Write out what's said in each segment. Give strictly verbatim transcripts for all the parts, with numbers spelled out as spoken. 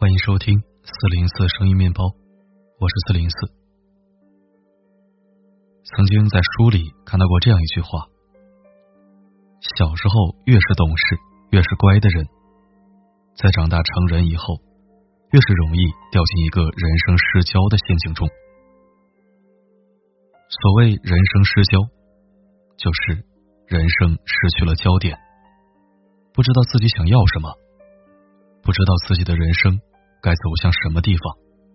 欢迎收听四零四声音面包，我是四零四。曾经在书里看到过这样一句话：小时候越是懂事越是乖的人，在长大成人以后越是容易掉进一个人生失焦的陷阱中。所谓人生失焦，就是人生失去了焦点，不知道自己想要什么，不知道自己的人生该走向什么地方。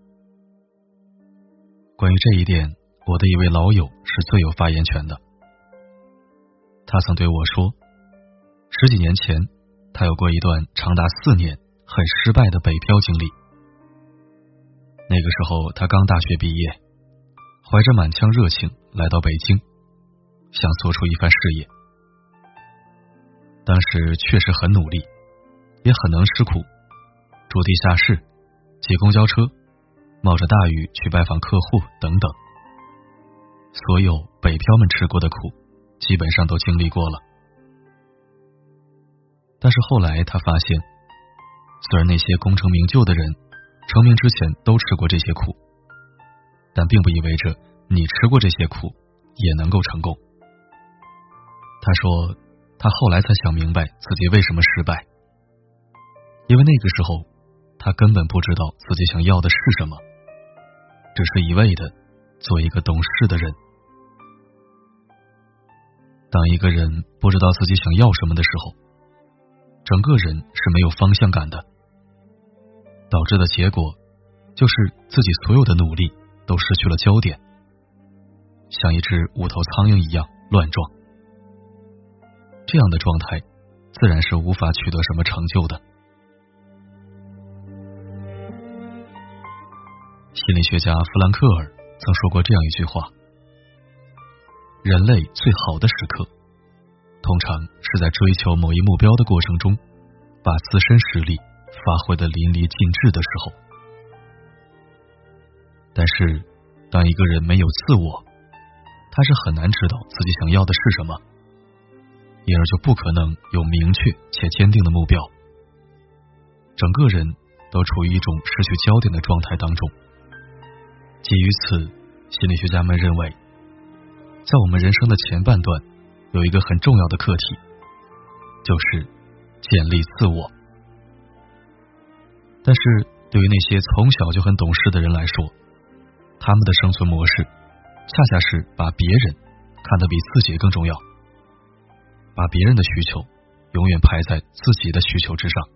关于这一点，我的一位老友是最有发言权的。他曾对我说，十几年前他有过一段长达四年很失败的北漂经历。那个时候他刚大学毕业，怀着满腔热情来到北京，想做出一番事业。当时确实很努力，也很能吃苦，住地下室，挤公交车，冒着大雨去拜访客户等等，所有北漂们吃过的苦基本上都经历过了。但是后来他发现，虽然那些功成名就的人成名之前都吃过这些苦，但并不意味着你吃过这些苦也能够成功。他说他后来才想明白自己为什么失败，因为那个时候他根本不知道自己想要的是什么，只是一味的做一个懂事的人。当一个人不知道自己想要什么的时候，整个人是没有方向感的，导致的结果就是自己所有的努力都失去了焦点，像一只无头苍蝇一样乱撞。这样的状态自然是无法取得什么成就的。心理学家弗兰克尔曾说过这样一句话：人类最好的时刻通常是在追求某一目标的过程中，把自身实力发挥得淋漓尽致的时候。但是当一个人没有自我，他是很难知道自己想要的是什么，因而就不可能有明确且坚定的目标，整个人都处于一种失去焦点的状态当中。基于此，心理学家们认为，在我们人生的前半段有一个很重要的课题，就是建立自我。但是对于那些从小就很懂事的人来说，他们的生存模式恰恰是把别人看得比自己更重要，把别人的需求永远排在自己的需求之上。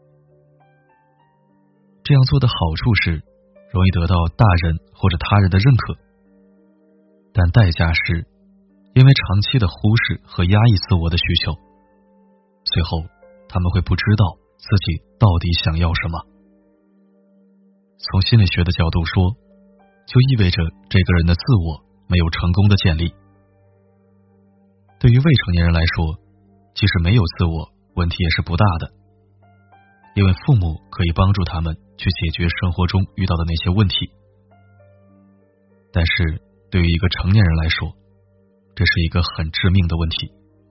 这样做的好处是容易得到大人或者他人的认可，但代价是因为长期的忽视和压抑自我的需求，最后他们会不知道自己到底想要什么。从心理学的角度说，就意味着这个人的自我没有成功的建立。对于未成年人来说，即使没有自我，问题也是不大的，因为父母可以帮助他们去解决生活中遇到的那些问题。但是对于一个成年人来说，这是一个很致命的问题。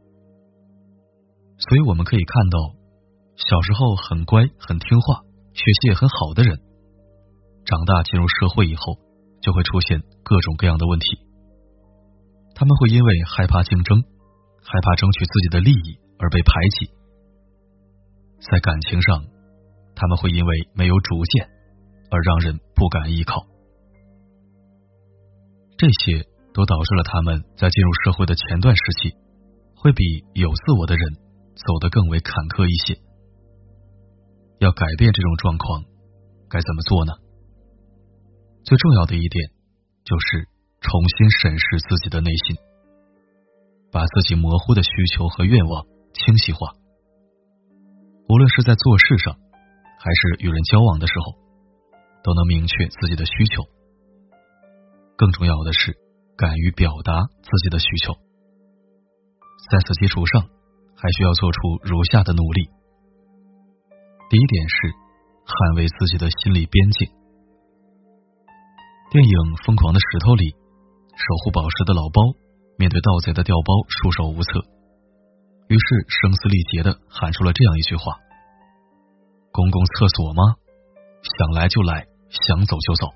所以我们可以看到，小时候很乖很听话，学习也很好的人，长大进入社会以后就会出现各种各样的问题。他们会因为害怕竞争，害怕争取自己的利益而被排挤。在感情上，他们会因为没有主见而让人不敢依靠。这些都导致了他们在进入社会的前段时期会比有自我的人走得更为坎坷一些。要改变这种状况，该怎么做呢？最重要的一点就是重新审视自己的内心，把自己模糊的需求和愿望清晰化。无论是在做事上还是与人交往的时候，都能明确自己的需求。更重要的是敢于表达自己的需求。在此基础上，还需要做出如下的努力。第一点是捍卫自己的心理边境。电影《疯狂的石头》里，守护宝石的老包面对盗贼的调包束手无策，于是声嘶力竭地喊出了这样一句话：公共厕所吗？ 想来就来，想走就走。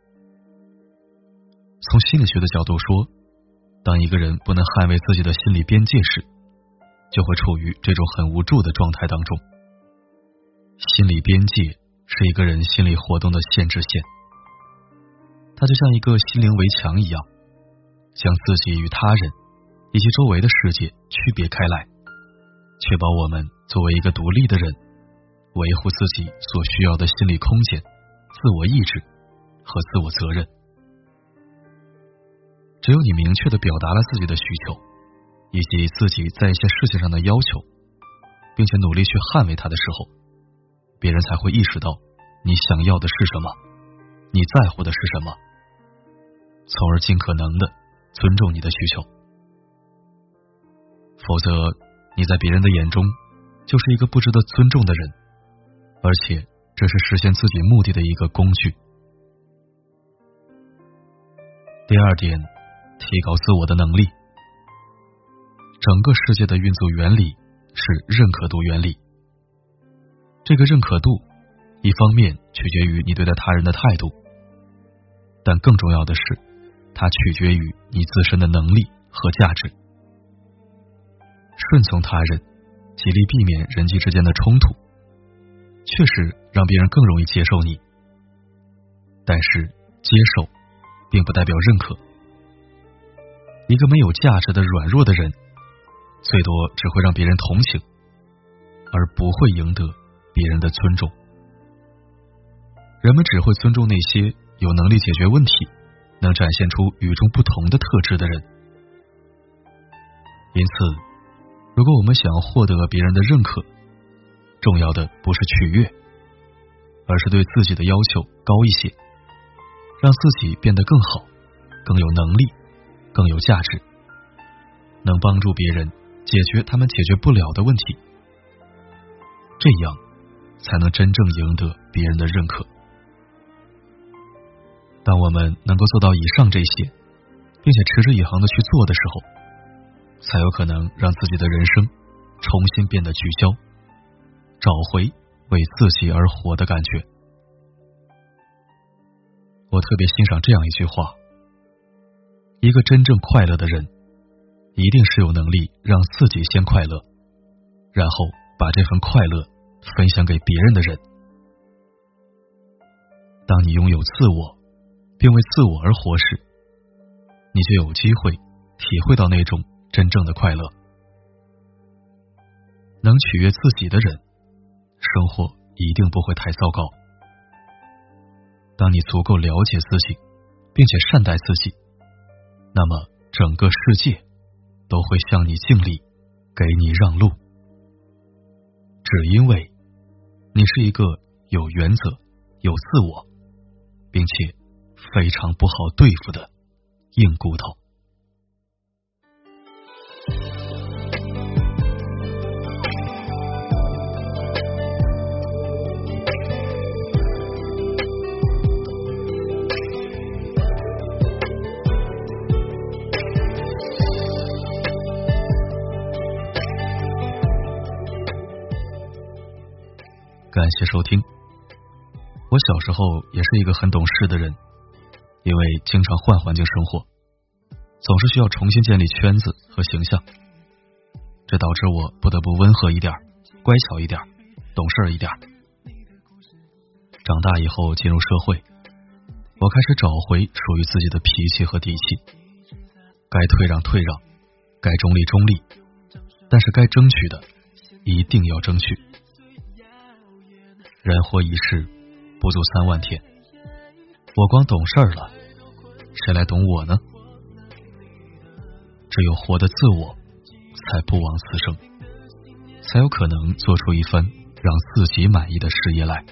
从心理学的角度说，当一个人不能捍卫自己的心理边界时，就会处于这种很无助的状态当中。心理边界是一个人心理活动的限制线，它就像一个心灵围墙一样，将自己与他人以及周围的世界区别开来，确保我们作为一个独立的人，维护自己所需要的心理空间、自我意志和自我责任。只有你明确地表达了自己的需求，以及自己在一些事情上的要求，并且努力去捍卫它的时候，别人才会意识到你想要的是什么，你在乎的是什么，从而尽可能地尊重你的需求。否则，你在别人的眼中就是一个不值得尊重的人，而且这是实现自己目的的一个工具。第二点，提高自我的能力。整个世界的运作原理是认可度原理。这个认可度，一方面取决于你对待他人的态度，但更重要的是，它取决于你自身的能力和价值。顺从他人，极力避免人际之间的冲突，确实让别人更容易接受你。但是，接受并不代表认可。一个没有价值的软弱的人，最多只会让别人同情，而不会赢得别人的尊重。人们只会尊重那些有能力解决问题，能展现出与众不同的特质的人。因此，如果我们想要获得别人的认可，重要的不是取悦，而是对自己的要求高一些，让自己变得更好，更有能力，更有价值，能帮助别人解决他们解决不了的问题，这样才能真正赢得别人的认可。当我们能够做到以上这些，并且持之以恒地去做的时候，才有可能让自己的人生重新变得聚焦，找回为自己而活的感觉。我特别欣赏这样一句话：一个真正快乐的人，一定是有能力让自己先快乐，然后把这份快乐分享给别人的人。当你拥有自我，并为自我而活时，你就有机会体会到那种真正的快乐。能取悦自己的人，生活一定不会太糟糕。当你足够了解自己，并且善待自己，那么整个世界都会向你敬礼，给你让路。只因为你是一个有原则、有自我，并且非常不好对付的硬骨头。感谢收听。我小时候也是一个很懂事的人，因为经常换环境生活，总是需要重新建立圈子和形象，这导致我不得不温和一点，乖巧一点，懂事一点。长大以后进入社会，我开始找回属于自己的脾气和底气，该退让退让，该中立中立，但是该争取的一定要争取。人活一世，不足三万天，我光懂事儿了，谁来懂我呢？只有活得自我，才不枉此生，才有可能做出一番让自己满意的事业来。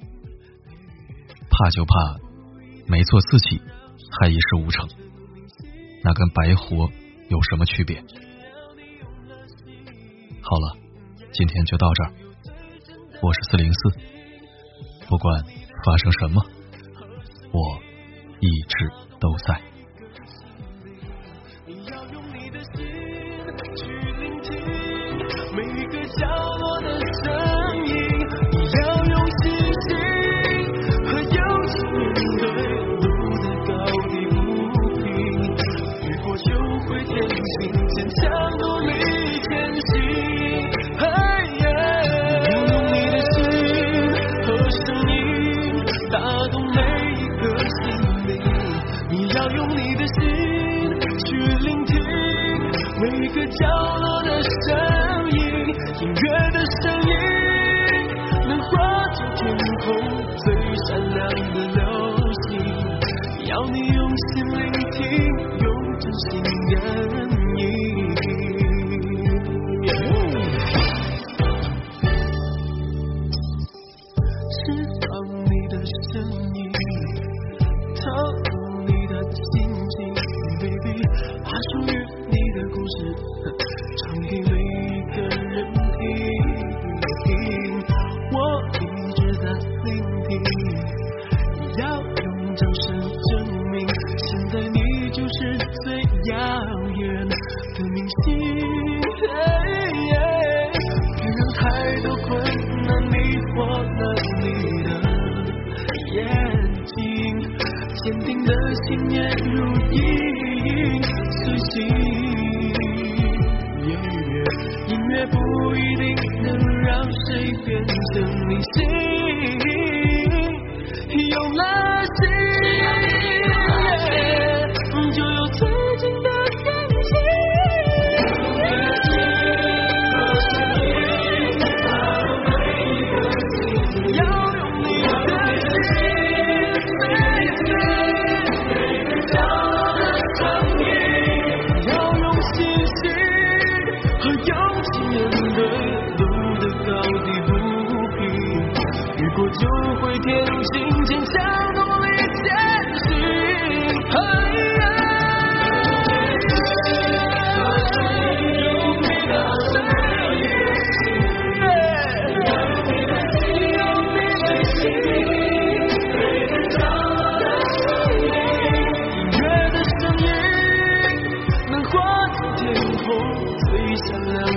怕就怕没做自己还一事无成，那跟白活有什么区别？好了，今天就到这儿。我是四零四，不管发生什么，我一直都在。你要用你的心去聆听每一个角落的声音，你要用星星个角落的声音，音乐的声音能化作天空最闪亮的流星，要你用心聆听，用真心感应。释放你的声音，透露你的心情 ，baby， 把属于你的故事唱给每一个人听。我一直在聆听，要用掌声证明，现在你就是最耀眼的明星。别让太多困难迷惑了你的眼睛，坚定的信念如影随形。音乐不一定能让谁变成明星，有了心，就有最近的感情。要用你的心，每个角落的声音，要用信心和勇气面对路的高低不平，遇过就会天晴，坚强努力前行。哎呀，用你的声音，用你的心，每个角落的声音，音乐的声音能化作天空最闪亮